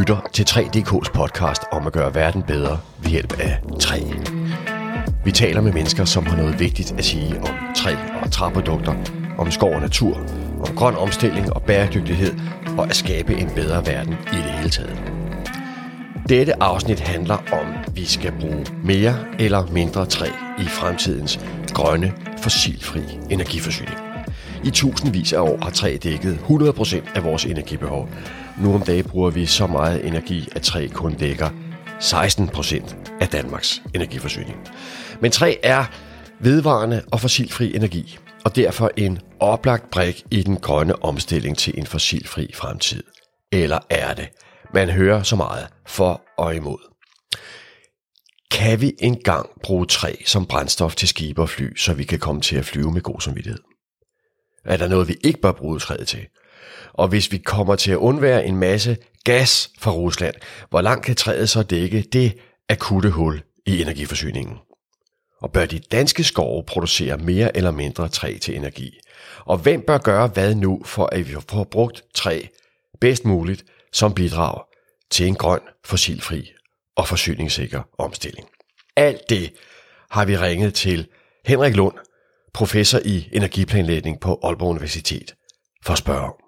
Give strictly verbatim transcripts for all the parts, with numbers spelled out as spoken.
lytter til tre punktum d k's podcast om at gøre verden bedre ved hjælp af træ. Vi taler med mennesker, som har noget vigtigt at sige om træ og træprodukter, om skov og natur, om grøn omstilling og bæredygtighed og at skabe en bedre verden i det hele taget. Dette afsnit handler om, at vi skal bruge mere eller mindre træ i fremtidens grønne, fossilfri energiforsyning. I tusindvis af år har træ dækket hundrede procent af vores energibehov. Nu om dagen bruger vi så meget energi, at træ kun dækker seksten procent af Danmarks energiforsyning. Men træ er vedvarende og fossilfri energi, og derfor en oplagt brik i den grønne omstilling til en fossilfri fremtid. Eller er det? Man hører så meget for og imod. Kan vi engang bruge træ som brændstof til skibe og fly, så vi kan komme til at flyve med god samvittighed? Er der noget, vi ikke bør bruge træet til? Og hvis vi kommer til at undvære en masse gas fra Rusland, hvor langt kan træet så dække det akutte hul i energiforsyningen? Og bør de danske skove producere mere eller mindre træ til energi? Og hvem bør gøre hvad nu, for at vi får brugt træ bedst muligt som bidrag til en grøn, fossilfri og forsyningssikker omstilling? Alt det har vi ringet til Henrik Lund, professor i energiplanlægning på Aalborg Universitet, for at spørge om.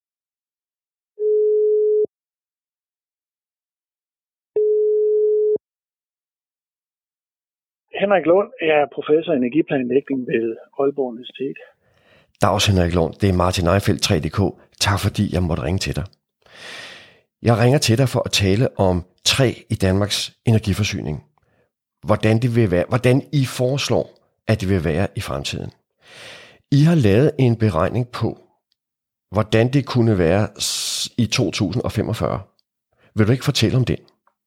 Henrik Lund er professor i energiplanlægning ved Aalborg Universitet. Dags Henrik Lund, det er Martin Eifeldt, tre punktum d k. Tak fordi jeg måtte ringe til dig. Jeg ringer til dig for at tale om træ i Danmarks energiforsyning. Hvordan det vil være, hvordan I foreslår, at det vil være i fremtiden. I har lavet en beregning på, hvordan det kunne være i to tusind femogfyrre. Vil du ikke fortælle om den?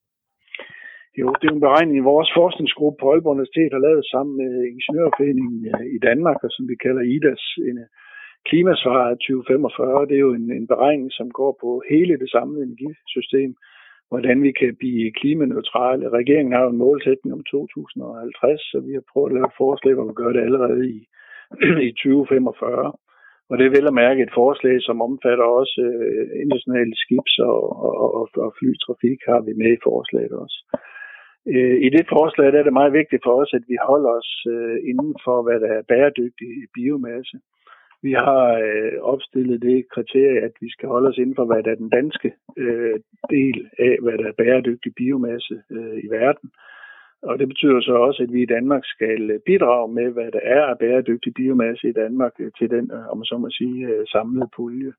Jo, det er en beregning, i vores forskningsgruppe på Aalborg Universitet har lavet sammen med Ingeniørforeningen i Danmark, og som vi kalder I D A S, en klimasvar tyve femogfyrre. Det er jo en, en beregning, som går på hele det samlede energisystem, hvordan vi kan blive klimaneutrale. Regeringen har jo en målsætning om to tusind halvtreds, så vi har prøvet at lave et forslag, hvor vi gør det allerede i, i tyve femogfyrre. Og det er vel at mærke et forslag, som omfatter også øh, internationale skibs- og, og, og flytrafik, har vi med i forslaget også. Øh, I det forslag der er det meget vigtigt for os, at vi holder os øh, inden for, hvad der er bæredygtig biomasse. Vi har øh, opstillet det kriterie, at vi skal holde os inden for, hvad der er den danske øh, del af, hvad der er bæredygtig biomasse øh, i verden. Og det betyder så også, at vi i Danmark skal bidrage med, hvad der er af bæredygtig biomasse i Danmark til den, om man så må sige, samlede pulje.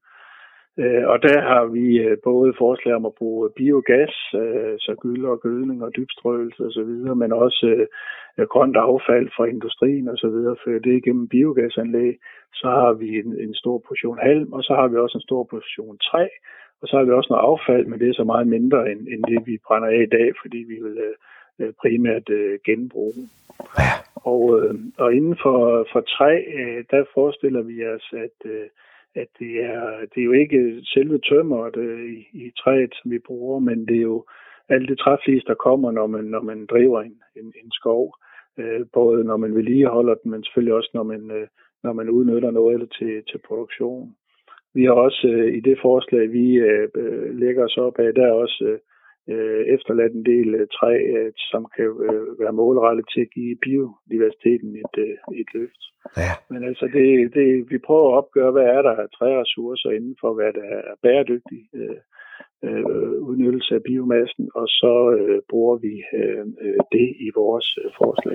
Og der har vi både forslag om at bruge biogas, så gylle og gødning og dybstrøelse osv., men også grønt affald fra industrien osv., for det igennem biogasanlæg. Så har vi en, en stor portion halm, og så har vi også en stor portion træ, og så har vi også noget affald, men det er så meget mindre end, end det, vi brænder af i dag, fordi vi vil primært øh, genbruge. Ja. Og, øh, og inden for, for træ, øh, der forestiller vi os, at, øh, at det, er, det er jo ikke selve tømmeret øh, i, i træet, som vi bruger, men det er jo alt det træflis, der kommer, når man, når man driver en, en, en skov. Øh, både når man vedligeholder den, men selvfølgelig også, når man, øh, når man udnytter noget eller til, til produktion. Vi har også øh, i det forslag, vi øh, lægger os op af, der er også øh, efterladt en del træ, som kan være målrettet til at give biodiversiteten et, et løft. Ja. Men altså, det, det, vi prøver at opgøre, hvad er der af træressourcer inden for, hvad der er bæredygtig øh, øh, udnyttelse af biomassen, og så øh, bruger vi øh, det i vores øh, forslag.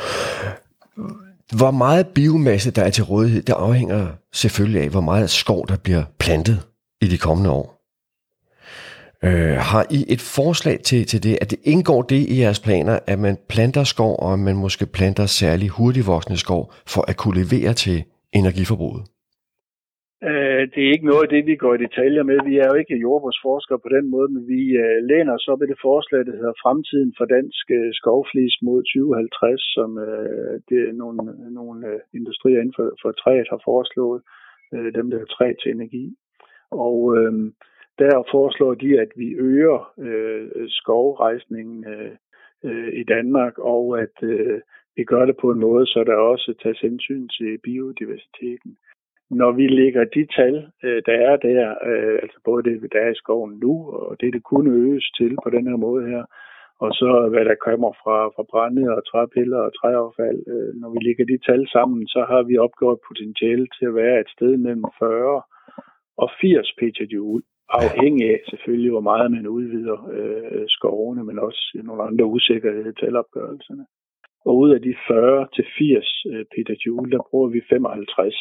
Hvor meget biomasse, der er til rådighed, det afhænger selvfølgelig af, hvor meget skov, der bliver plantet i de kommende år. Øh, har I et forslag til, til det, at det indgår det i jeres planer, at man planter skov, og man måske planter særlig hurtigvoksende skov, for at kunne levere til energiforbruget? Øh, det er ikke noget af det, vi går i detaljer med. Vi er jo ikke jordbrugsforskere på den måde, men vi øh, læner os op i det forslag, der hedder Fremtiden for dansk øh, skovflis mod tyve halvtreds, som øh, det er nogle, nogle øh, industrier inden for, for træet har foreslået, øh, dem der er træ til energi. Og øh, der foreslår de, at vi øger øh, skovrejsningen øh, øh, i Danmark, og at øh, vi gør det på en måde, så der også tages hensyn til biodiversiteten. når vi lægger de tal, øh, der er der, øh, altså både det, der er i skoven nu, og det, det kunne øges til på den her måde her, og så hvad der kommer fra, fra brænde og træpiller og træaffald, øh, når vi lægger de tal sammen, så har vi opgjort potentiale til at være et sted mellem fyrre og firs petajoule, afhængig af selvfølgelig, hvor meget man udvider øh, skovene, men også nogle andre usikkerheder i talopgørelserne. Og ud af de fyrre til firs øh, petajoule, der bruger vi femoghalvtreds.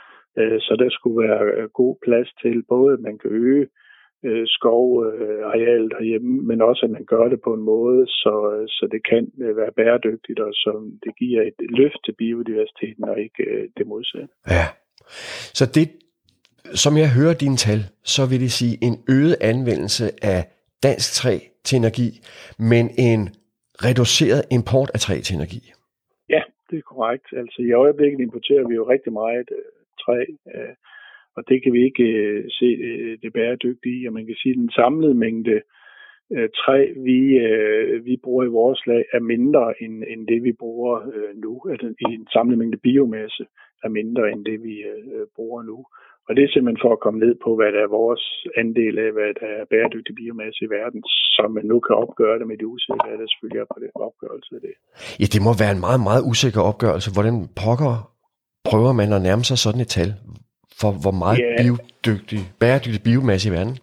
Øh, så der skulle være god plads til både, at man kan øge øh, skovarealet herhjemme, men også, at man gør det på en måde, så, så det kan øh, være bæredygtigt, og så det giver et løft til biodiversiteten, og ikke øh, det modsatte. Ja, så det, som jeg hører dine tal, så vil det sige en øget anvendelse af dansk træ til energi, men en reduceret import af træ til energi. Ja, det er korrekt. Altså i øjeblikket importerer vi jo rigtig meget øh, træ, øh, og det kan vi ikke øh, se øh, det bæredygtige i. Og man kan sige, at den samlede mængde øh, træ, vi, øh, vi bruger i vores lag, er mindre end, end det, vi bruger øh, nu. Altså i en samlet mængde biomasse er mindre end det, vi øh, bruger nu. Og det er simpelthen for at komme ned på, hvad der er vores andel af, hvad der er bæredygtig biomasse i verden, så man nu kan opgøre det med de usikkerheder, der selvfølgelig er på den opgørelse af det. Ja, det må være en meget, meget usikker opgørelse. Hvordan pokker prøver man at nærme sig sådan et tal for, hvor meget ja. biodygtig, bæredygtig biomasse i verden?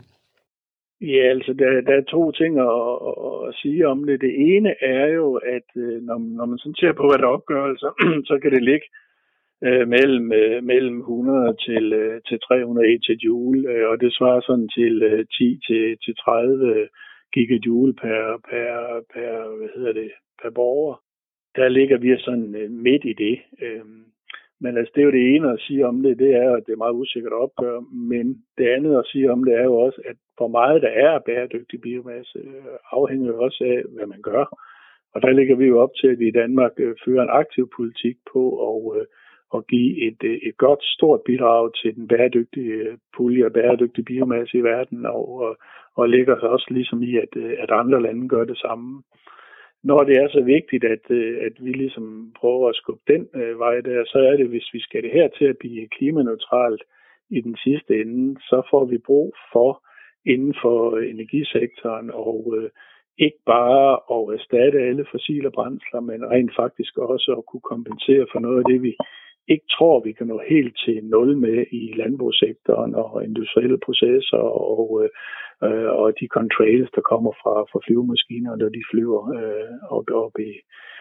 Ja, altså der, der er to ting at, at, at sige om det. Det ene er jo, at når, når man sådan ser på, hvad der er opgørelser, så kan det ligge Øh, mellem, øh, mellem hundrede til, øh, til tre hundrede etajoule, øh, og det svarer sådan til øh, ti til tredive gigajoule per, per, per, hvad hedder det, per borger. Der ligger vi sådan øh, midt i det. Øh, men altså det er jo det ene at sige om det, det er, at det er meget usikkert at opgøre, men det andet at sige om det er jo også, at hvor meget der er bæredygtig biomasse, øh, afhænger jo også af, hvad man gør. Og der ligger vi jo op til, at vi i Danmark øh, fører en aktiv politik på og øh, og give et, et godt, stort bidrag til den bæredygtige pulje og bæredygtige biomasse i verden, og, og, og lægger sig også ligesom i, at, at andre lande gør det samme. Når det er så vigtigt, at, at vi ligesom prøver at skubbe den øh, vej der, så er det, hvis vi skal det her til at blive klimaneutralt i den sidste ende, så får vi brug for inden for energisektoren, og øh, ikke bare at erstatte alle fossile brændsler, men rent faktisk også at kunne kompensere for noget af det, vi ikke tror, vi kan nå helt til nul med i landbrugssektoren og industrielle processer og, øh, og de contrails, der kommer fra, fra flyvemaskiner, når de flyver øh, op, op i,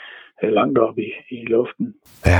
langt op i, i luften. Ja,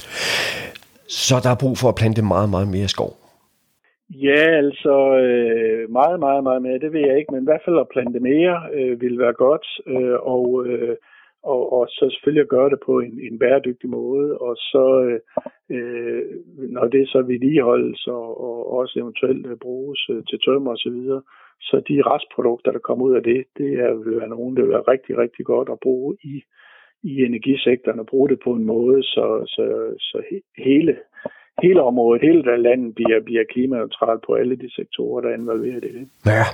så der er brug for at plante meget, meget mere skov. Ja, altså øh, meget, meget, meget mere, det ved jeg ikke, men i hvert fald at plante mere øh, vil være godt, øh, og øh, Og, og så selvfølgelig at gøre det på en, en bæredygtig måde, og så øh, når det så vedligeholdes og, og også eventuelt øh, bruges øh, til tømmer og så videre, så de restprodukter, der kommer ud af det, det er, vil være nogen, der vil være rigtig, rigtig godt at bruge i, i energisektoren, og bruge det på en måde, så, så, så hele, hele området, hele der landet bliver, bliver klimaneutralt på alle de sektorer, der er involveret i det. Ja.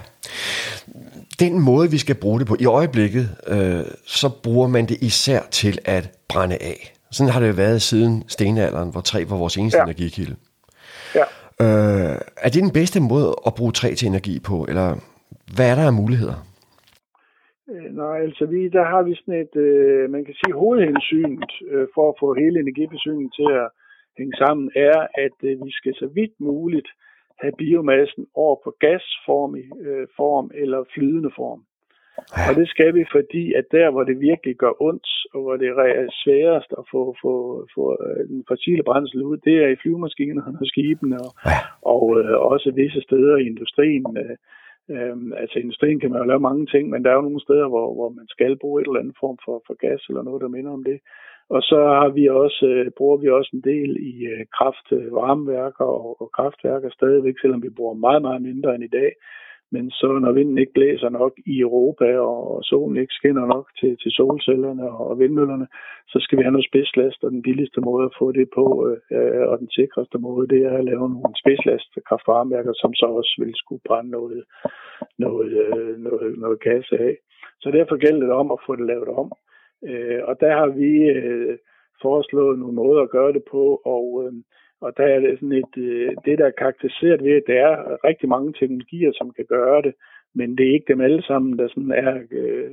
Den måde, vi skal bruge det på i øjeblikket, øh, så bruger man det især til at brænde af. Sådan har det jo været siden stenalderen, hvor træ var vores eneste ja. energikilde. Ja. Øh, er det den bedste måde at bruge træ til energi på, eller hvad er der af muligheder? Øh, nej, altså vi, der har vi sådan et, øh, man kan sige hovedhensynet øh, for at få hele energiforsyningen til at hænge sammen, er, at øh, vi skal så vidt muligt have biomassen over på gasform øh, form eller flydende form. Ja. Og det skal vi, fordi at der, hvor det virkelig gør ondt, og hvor det er sværest at få, få, få den fossile brændsel ud, det er i flyvemaskinerne og skibene, og, ja. og øh, også visse steder i industrien. Øh, øh, altså industrien kan man jo lave mange ting, men der er jo nogle steder, hvor, hvor man skal bruge et eller andet form for, for gas, eller noget, der minder om det. Og så har vi også, øh, bruger vi også en del i øh, kraft-varmeværker og, og kraftværker stadigvæk, selvom vi bruger meget, meget mindre end i dag. Men så når vinden ikke blæser nok i Europa, og solen ikke skinner nok til, til solcellerne og vindmøllerne, så skal vi have noget spidslast, og den billigste måde at få det på, øh, og den sikreste måde, det er at lave nogle spidslast kraft-varmeværker, som så også vil skulle brænde noget, noget, øh, noget, noget gas af. Så derfor gælder det om at få det lavet om. Øh, og der har vi øh, foreslået nogle måder at gøre det på, og, øh, Og der er det sådan et, det, der er karakteriseret ved, at der er rigtig mange teknologier, som kan gøre det, men det er ikke dem alle sammen, der sådan er øh,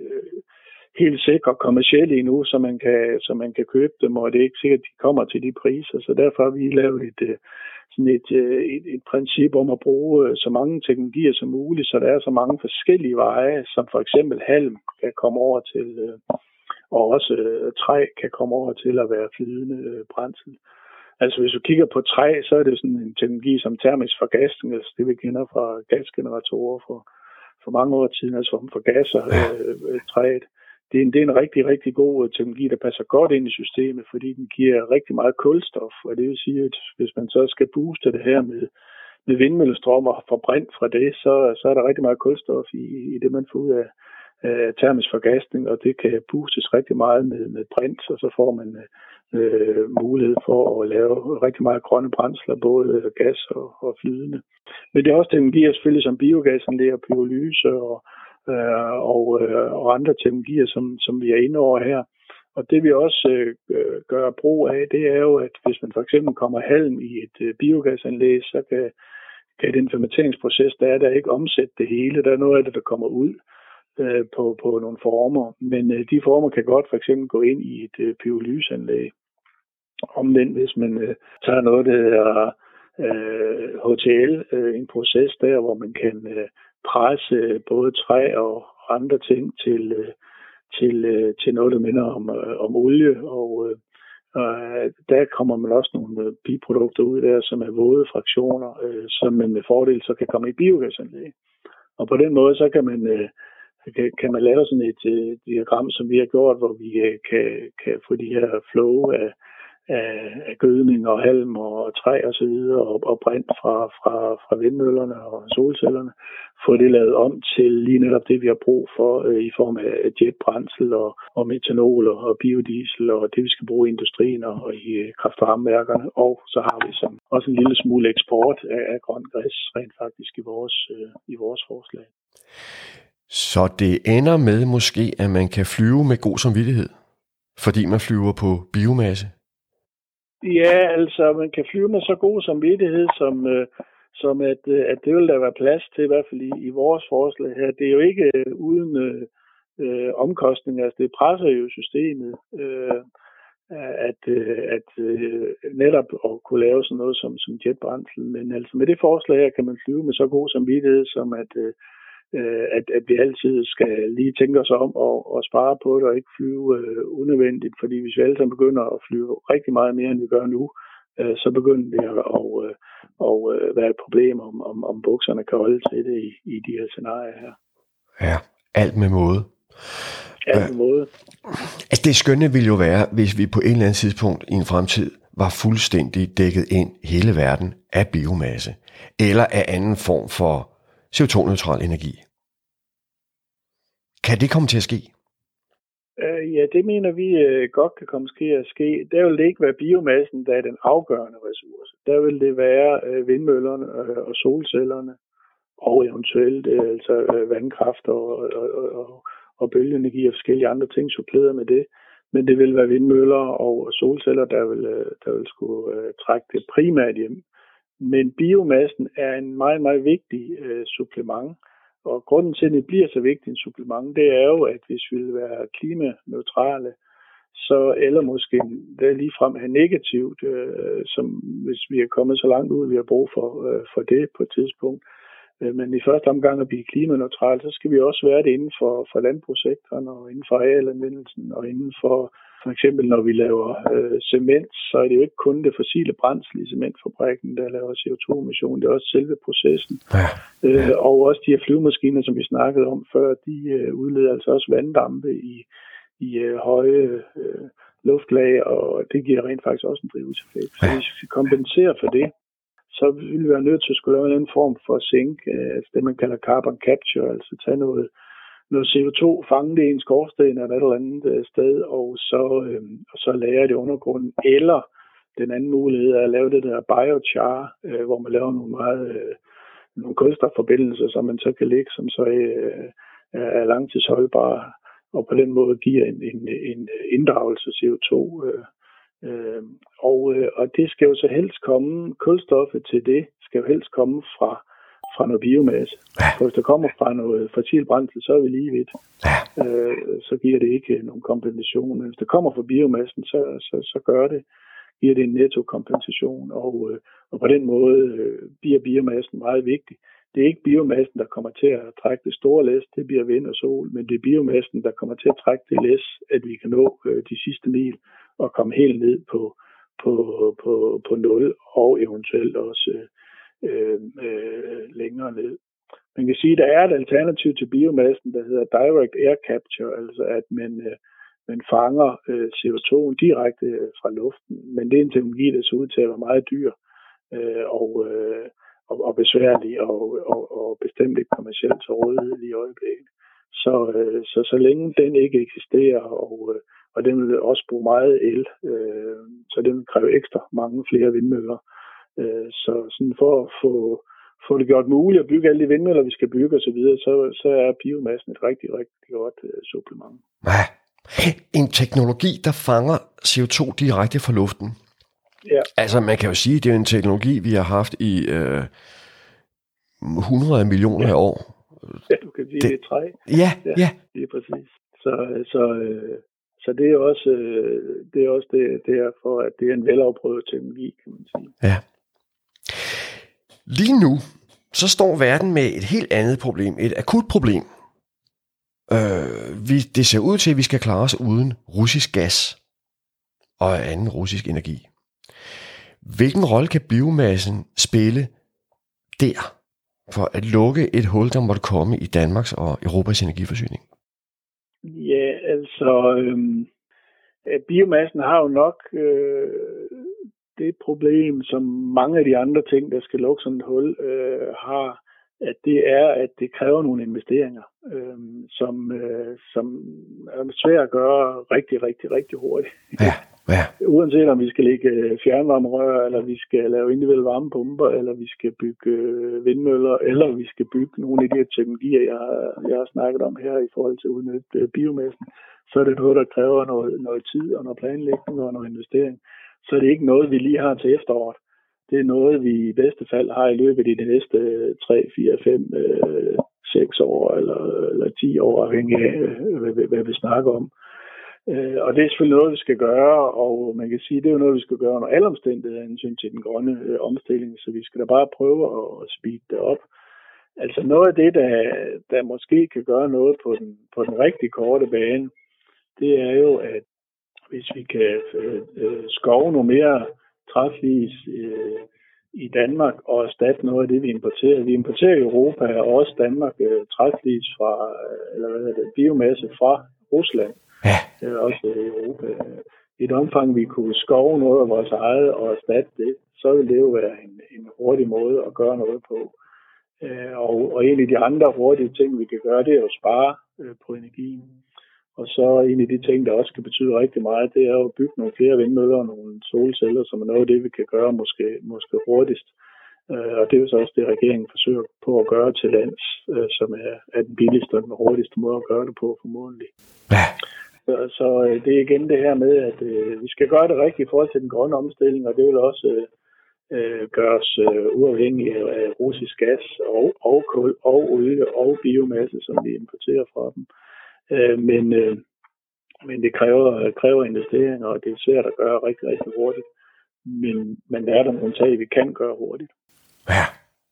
helt sikre kommercielle endnu, så man, kan, så man kan købe dem, og det er ikke sikkert, at de kommer til de priser. Så derfor har vi lavet et, sådan et, et, et princip om at bruge så mange teknologier som muligt, så der er så mange forskellige veje, som for eksempel halm kan komme over til, og også træ kan komme over til at være flydende brændsel. Altså hvis du kigger på træ, så er det sådan en teknologi som termisk forgasning, altså det vi kender fra gasgeneratorer for, for mange år siden, altså hvor man forgasser øh, træet. Det er, en, det er en rigtig, rigtig god teknologi, der passer godt ind i systemet, fordi den giver rigtig meget kulstof, og det vil sige, at hvis man så skal booste det her med, med vindmøllestrøm og få brint fra det, så, så er der rigtig meget kulstof i, i det, man får ud af, af termisk forgasning, og det kan boostes rigtig meget med, med brint, og så får man øh, mulighed for at lave rigtig meget grønne brændsler, både gas og, og flydende. Men det er også teknologier selvfølgelig som biogasanlæg og pyrolyse og Øh, og, øh, og andre teknologier, som, som vi er inde over her. Og det vi også øh, gør brug af, det er jo, at hvis man for eksempel kommer halm i et øh, biogasanlæg, så kan, kan den fermenteringsproces, der er der ikke omsætte det hele. Der er noget af det, der kommer ud øh, på, på nogle former. Men øh, de former kan godt for eksempel gå ind i et øh, pyrolyseanlæg. Omvendt, hvis man øh, tager noget, der hedder øh, H T L, øh, en proces der, hvor man kan øh, presse både træ og andre ting til, til, til noget, der minder om, om olie. Og, og der kommer man også nogle biprodukter ud der, som er våde fraktioner, som man med fordel så kan komme i biogasanlæg. Og på den måde, så kan man, kan man lave sådan et diagram, som vi har gjort, hvor vi kan, kan få de her flow af af, af gødning og halm og træ og så videre, og, og brint fra, fra, fra vindmøllerne og solcellerne, få det lavet om til lige netop det, vi har brug for øh, i form af jetbrændsel og, og metanol og biodiesel og det, vi skal bruge i industrien og, og i kraftvarmeværkerne. Og så har vi som, også en lille smule eksport af, af grøn græs rent faktisk i vores, øh, i vores forslag. Så det ender med måske, at man kan flyve med god samvittighed, fordi man flyver på biomasse? Ja, altså man kan flyve med så god samvittighed, som, øh, som at, øh, at det vil der være plads til, i hvert fald i, i vores forslag her. Det er jo ikke øh, uden øh, omkostninger, altså det presser jo systemet, øh, at, øh, at øh, netop at kunne lave sådan noget som, som jetbrændsel. Men altså med det forslag her kan man flyve med så god samvittighed, som at øh, At, at vi altid skal lige tænke os om og, og spare på det og ikke flyve øh, unødvendigt, fordi hvis vi alle sammen begynder at flyve rigtig meget mere, end vi gør nu, øh, så begynder det at og, og, øh, være et problem, om, om, om bukserne kan holde til det i, i de her scenarier her. Ja, alt med måde. Alt med måde. Altså det skønne ville jo være, hvis vi på et eller andet tidspunkt i en fremtid var fuldstændig dækket ind hele verden af biomasse, eller af anden form for C O to neutral energi. Kan det komme til at ske? Uh, ja, det mener vi uh, godt kan komme til at ske. Der vil det ikke være biomassen, der er den afgørende ressource. Der vil det være uh, vindmøllerne uh, og solcellerne, og eventuelt uh, altså, uh, vandkraft og, og, og, og bølgeenergi og forskellige andre ting suppleret med det. Men det vil være vindmøller og solceller, der vil, uh, der vil skulle uh, trække det primært hjem. Men biomassen er en meget, meget vigtig øh, supplement, og grunden til, at det bliver så vigtigt en supplement, det er jo, at hvis vi vil være klimaneutrale, så eller måske det ligefrem have negativt, øh, som hvis vi er kommet så langt ud, vi har brug for, øh, for det på et tidspunkt. Øh, men i første omgang at blive klimaneutrale, så skal vi også være det inden for, for landbrugssektoren og inden for arealanvendelsen og inden for For eksempel når vi laver øh, cement, så er det jo ikke kun det fossile brændsel i cementfabrikken, der laver C O to emission, det er også selve processen. Ja. Øh, og også de her flyvemaskiner, som vi snakkede om før, de øh, udleder altså også vanddampe i, i øh, høje øh, luftlag, og det giver rent faktisk også en drivhuseffekt. Så hvis vi kompenserer for det, så vil vi være nødt til at skulle lave en form for sink, øh, altså det man kalder carbon capture, altså tage noget noget C O to, fange det i en skorsten eller et eller andet sted, og så, øh, og så lagre det i undergrunden. Eller den anden mulighed er at lave det der biochar, øh, hvor man laver nogle meget øh, nogle kulstofforbindelser, som man så kan lægge, som så øh, er langtidsholdbare, og på den måde giver en, en, en inddragelse C O to øh, Øh, og, øh, og det skal jo så helst komme, kulstoffet til det skal jo helst komme fra, fra noget biomasse. For hvis der kommer fra noget fossil brændsel, så er vi lige vidt. Øh, så giver det ikke nogen kompensation. Men hvis det kommer fra biomassen, så, så, så gør det, giver det en nettokompensation. Og, øh, og på den måde øh, bliver biomassen meget vigtig. Det er ikke biomassen, der kommer til at trække det store læs, det bliver vind og sol, men det er biomassen, der kommer til at trække det læs, at vi kan nå øh, de sidste mil og komme helt ned på, på, på, på nul og eventuelt også øh, øh, længere ned. Man kan sige, at der er et alternativ til biomassen, der hedder direct air capture, altså at man, øh, man fanger øh, C O to direkte øh, fra luften, men det er en teknologi, der ser ud til at være meget dyr øh, og øh, Og, og besværlig og, og, og bestemt ikke kommercielt til rådighed i øjeblikket. Så, øh, så så længe den ikke eksisterer, og, øh, og den vil også bruge meget el, øh, så den vil kræve ekstra mange flere vindmøller. Øh, så sådan for at få, få det gjort muligt at bygge alle de vindmøller, vi skal bygge osv., så, så er biomassen et rigtig, rigtig godt øh, supplement. Ja. En teknologi, der fanger C O to direkte fra luften. Ja. Altså, man kan jo sige, at det er en teknologi, vi har haft i øh, hundrede millioner ja. år. Ja, du kan sige, det, det er træ. Ja, ja. ja. Det er præcis. Så, så, øh, så det er også, øh, det er også det, det er for, at det er en velafprøvet teknologi, kan man sige. Ja. Lige nu, så står verden med et helt andet problem. Et akut problem. Øh, vi, det ser ud til, at vi skal klare os uden russisk gas og anden russisk energi. Hvilken rolle kan biomassen spille der for at lukke et hul, der måtte komme i Danmarks og Europas energiforsyning? Ja, altså øhm, biomassen har jo nok øh, det problem, som mange af de andre ting, der skal lukke sådan et hul, øh, har, at det er, at det kræver nogle investeringer, øh, som, øh, som er svært at gøre rigtig, rigtig, rigtig hurtigt. Ja. Ja. Uanset om vi skal lægge fjernvarmerør, eller vi skal lave individuelle varmepumper, eller vi skal bygge vindmøller, eller vi skal bygge nogle af de her teknologier, jeg har, jeg har snakket om her i forhold til at udnytte biomassen, så er det noget, der kræver noget, noget tid og noget planlægning og noget investering. Så er det ikke noget, vi lige har til efteråret. Det er noget, vi i bedste fald har i løbet af de næste tre, fire, fem, seks år eller, eller ti år, afhængig af, hvad, hvad vi snakker om. Og det er selvfølgelig noget, vi skal gøre, og man kan sige, at det er jo noget, vi skal gøre under alle omstændigheder hensyn til den grønne øh, omstilling, så vi skal da bare prøve at speede det op. Altså noget af det, der, der måske kan gøre noget på den, på den rigtig korte bane, det er jo, at hvis vi kan øh, øh, skove noget mere træflis øh, i Danmark og erstatte noget af det, vi importerer. Vi importerer i Europa og også Danmark øh, træflis fra, eller hvad hedder det, biomasse fra Rusland. Ja. Øh, også i Europa. I et omfang, vi kunne skove noget af vores eget og erstatte det, så ville det jo være en, en hurtig måde at gøre noget på. Øh, og, og en af de andre hurtige ting, vi kan gøre, det er at spare øh, på energien. Og så en af de ting, der også kan betyde rigtig meget, det er at bygge nogle flere vindmøller og nogle solceller, som er noget af det, vi kan gøre måske, måske hurtigst. Øh, og det er jo så også det, regeringen forsøger på at gøre til lands, øh, som er, er den billigste og den hurtigste måde at gøre det på, formodentlig. Ja. Så, så det er igen det her med, at øh, vi skal gøre det rigtigt i forhold til den grønne omstilling, og det vil også øh, gøre os øh, uafhængige af russisk gas og, og kul og olie og biomasse, som vi importerer fra dem. Øh, men, øh, men det kræver, kræver investeringer, og det er svært at gøre rigtig, rigtig hurtigt. Men, men der er der nogle tag, vi kan gøre hurtigt. Ja.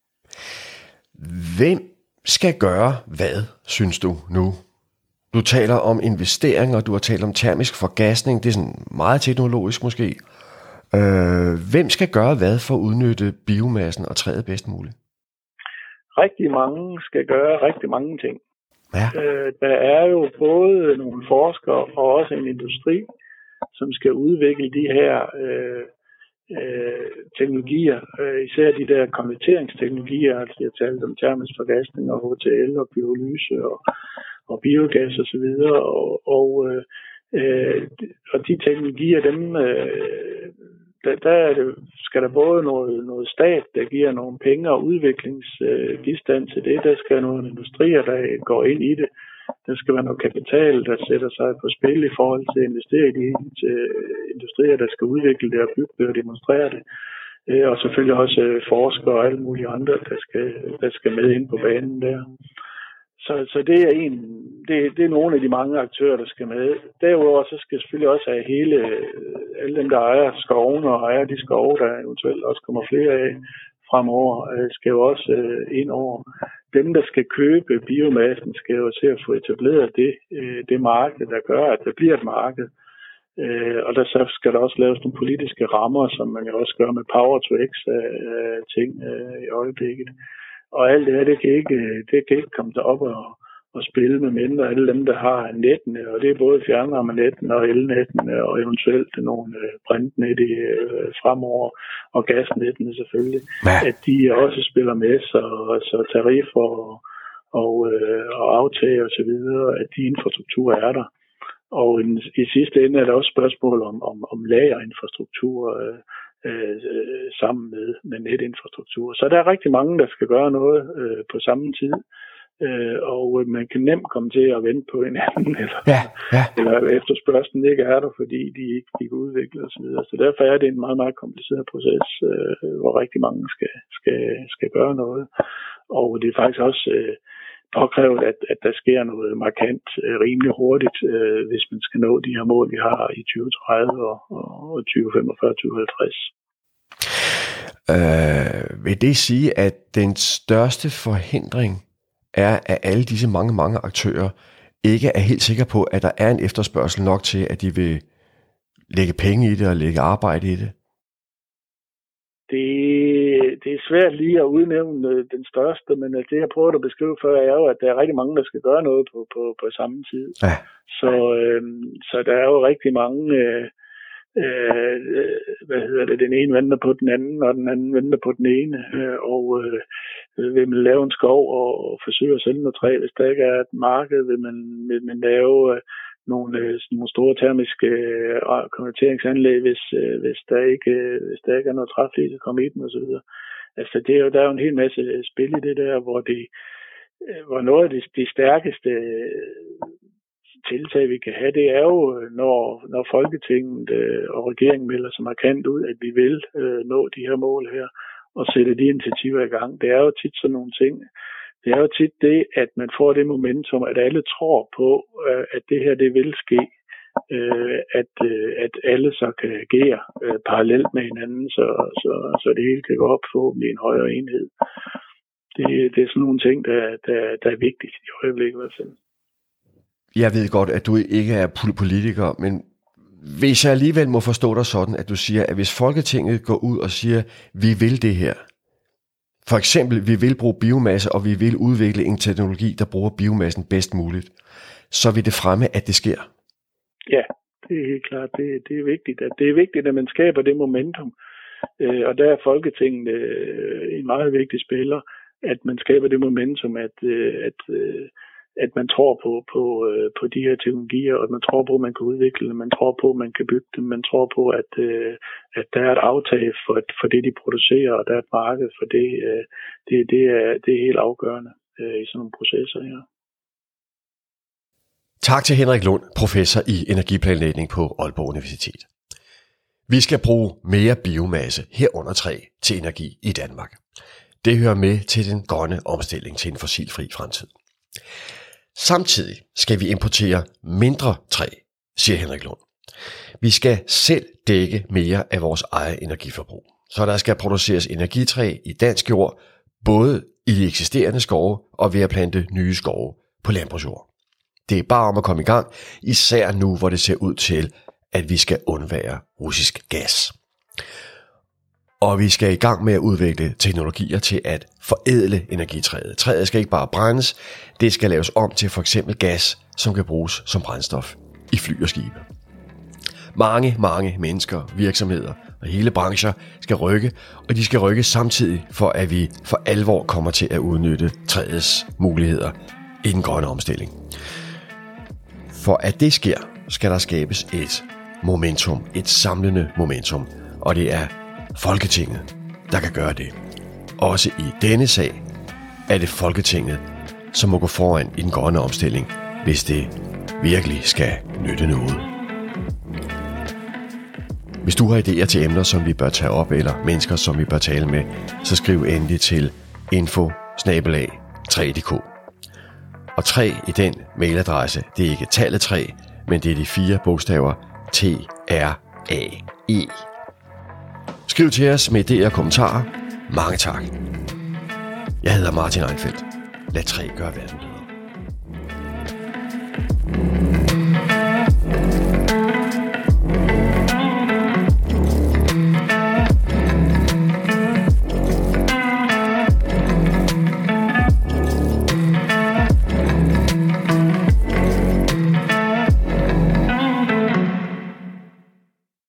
Hvem skal gøre hvad, synes du nu? Du taler om investeringer, du har talt om termisk forgasning, det er sådan meget teknologisk måske. Øh, hvem skal gøre hvad for at udnytte biomassen og træet bedst muligt? Rigtig mange skal gøre rigtig mange ting. Ja. Øh, der er jo både nogle forskere og også en industri, som skal udvikle de her øh, øh, teknologier, øh, især de der konverteringsteknologier, altså jeg talte om termisk forgasning og H T L og pyrolyse og, og biogas og så videre, og, og, øh, og de teknologier, dem øh, der, der det, skal der både noget, noget stat, der giver nogle penge og udviklingsbistand øh, til det. Der skal nogle industrier, der går ind i det. Der skal være noget kapital, der sætter sig på spil i forhold til at investere i de industrier, der skal udvikle det og bygge det og demonstrere det. Og selvfølgelig også forskere og alle mulige andre, der skal, der skal med ind på banen der. Så, så det er en, det, det er nogle af de mange aktører, der skal med. Derudover så skal selvfølgelig også have hele, alle dem, der ejer skovene og ejer de skove, der eventuelt også kommer flere af fremover, skal jo også ind over. Dem, der skal købe biomassen, skal jo se at få etableret det, det marked, der gør, at der bliver et marked. Og der så skal der også laves nogle politiske rammer, som man jo også gør med Power to X ting i øjeblikket. Og alt det her, det kan ikke, det kan ikke komme derop og, og spille med mindre alle dem, der har nettene, og det er både fjernvarmenettene og elnettene, og eventuelt nogle brintnet i fremover, og gasnettene selvfølgelig, ja. At de også spiller med, så, så tariffer og, og, og aftag og så videre, at de infrastrukturer er der. Og i, i sidste ende er der også spørgsmål om, om, om lagerinfrastruktur, øh, Øh, sammen med, med netinfrastruktur. Så der er rigtig mange, der skal gøre noget øh, på samme tid, øh, og man kan nemt komme til at vente på hinanden, eller, ja, ja. eller efterspørgslen ikke er der, fordi de ikke fik udviklet osv. Så, så derfor er det en meget, meget kompliceret proces, øh, hvor rigtig mange skal, skal, skal gøre noget. Og det er faktisk også øh, påkrævet, at, at der sker noget markant øh, rimelig hurtigt, øh, hvis man skal nå de her mål, vi har i tyve tredive og, og tyve femogfyrre til tyve halvtreds. Øh, vil det sige, at den største forhindring er, at alle disse mange, mange aktører ikke er helt sikre på, at der er en efterspørgsel nok til, at de vil lægge penge i det og lægge arbejde i det? Det, det er svært lige at udnævne den største, men det jeg prøver at beskrive før er jo, at der er rigtig mange, der skal gøre noget på, på, på samme tid. Ja. Så, øh, så der er jo rigtig mange, øh, øh, hvad hedder det, den ene venter på den anden, og den anden venter på den ene, øh, og øh, vil man lave en skov og, og forsøge at sælge noget træ, hvis der ikke er et marked, vil man, vil man lave øh, nogle, nogle store termiske øh, konverteringsanlæg, hvis, øh, hvis, der ikke, øh, hvis der ikke er noget træflis at komme i den osv. Altså, det er jo, der er jo en hel masse spil i det der, hvor, det, øh, hvor noget af de, de stærkeste tiltag, vi kan have, det er jo, når, når Folketinget øh, og regeringen melder sig markant ud, at vi vil øh, nå de her mål her, og sætte de initiativer i gang. Det er jo tit sådan nogle ting. Det er jo tit det, at man får det momentum, at alle tror på, øh, at det her, det vil ske. Øh, at, øh, at alle så kan agere øh, parallelt med hinanden, så, så, så det hele kan gå op forhåbentlig i en højere enhed. Det, det er sådan nogle ting, der, der, der er vigtigt i øjeblikket i hvert fald. Jeg ved godt, at du ikke er politiker, men hvis jeg alligevel må forstå dig sådan, at du siger, at hvis Folketinget går ud og siger, vi vil det her, for eksempel, vi vil bruge biomasse, og vi vil udvikle en teknologi, der bruger biomassen bedst muligt, så vil det fremme, at det sker. Ja, det er helt klart. Det, det er vigtigt, at det er vigtigt, at man skaber det momentum. Øh, og der er Folketinget øh, en meget vigtig spiller, at man skaber det momentum, at, øh, at, øh, at man tror på, på, øh, på de her teknologier, og man tror på, at man kan udvikle dem, man tror på, at man kan bygge dem, man tror på, at, øh, at der er et aftag for, for det, de producerer, og der er et marked for det. Øh, det, det, er, det er helt afgørende øh, i sådan nogle processer her. Tak til Henrik Lund, professor i energiplanlægning på Aalborg Universitet. Vi skal bruge mere biomasse herunder træ til energi i Danmark. Det hører med til den grønne omstilling til en fossilfri fremtid. Samtidig skal vi importere mindre træ, siger Henrik Lund. Vi skal selv dække mere af vores eget energiforbrug, så der skal produceres energitræ i dansk jord, både i de eksisterende skove og ved at plante nye skove på landbrugsjord. Det er bare om at komme i gang, især nu, hvor det ser ud til, at vi skal undvære russisk gas. Og vi skal i gang med at udvikle teknologier til at forædle energitræet. Træet skal ikke bare brændes, det skal laves om til for eksempel gas, som kan bruges som brændstof i fly og skibe. Mange, mange mennesker, virksomheder og hele brancher skal rykke, og de skal rykke samtidig, for at vi for alvor kommer til at udnytte træets muligheder i den grønne omstilling. For at det sker, skal der skabes et momentum, et samlende momentum, og det er Folketinget, der kan gøre det. Også i denne sag er det Folketinget, som må gå foran i den grønne omstilling, hvis det virkelig skal nytte noget. Hvis du har idéer til emner, som vi bør tage op, eller mennesker, som vi bør tale med, så skriv endelig til info bindestreg tre punktum d k. Og tre i den mailadresse, det er ikke tallet tre, men det er de fire bogstaver T R A E. Skriv til os med idéer og kommentarer. Mange tak. Jeg hedder Martin Einfeldt. Lad tre gøre verden bedre.